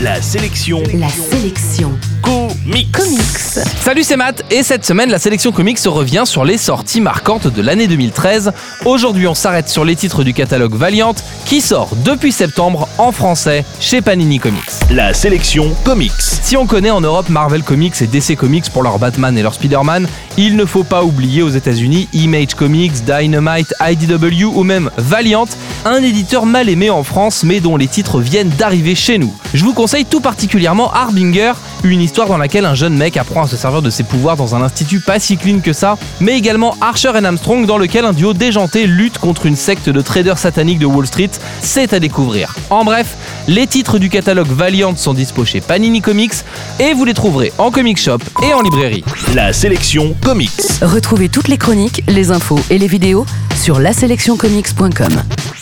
La sélection comics. Salut, c'est Matt et cette semaine la sélection comics revient sur les sorties marquantes de l'année 2013. Aujourd'hui on s'arrête sur les titres du catalogue Valiant qui sort depuis septembre en français chez Panini Comics. La sélection comics. Si on connaît en Europe Marvel Comics et DC Comics pour leur Batman et leur Spider-Man, il ne faut pas oublier aux États-Unis Image Comics, Dynamite, IDW ou même Valiant, un éditeur mal aimé en France mais dont les titres viennent d'arriver chez nous. Je vous conseille tout particulièrement Harbinger, une histoire dans laquelle un jeune mec apprend à se servir de ses pouvoirs dans un institut pas si clean que ça, mais également Archer & Armstrong dans lequel un duo déjanté lutte contre une secte de traders sataniques de Wall Street, c'est à découvrir. En bref, les titres du catalogue Valiant sont dispo chez Panini Comics et vous les trouverez en comic shop et en librairie. La sélection comics. Retrouvez toutes les chroniques, les infos et les vidéos sur laselectioncomics.com.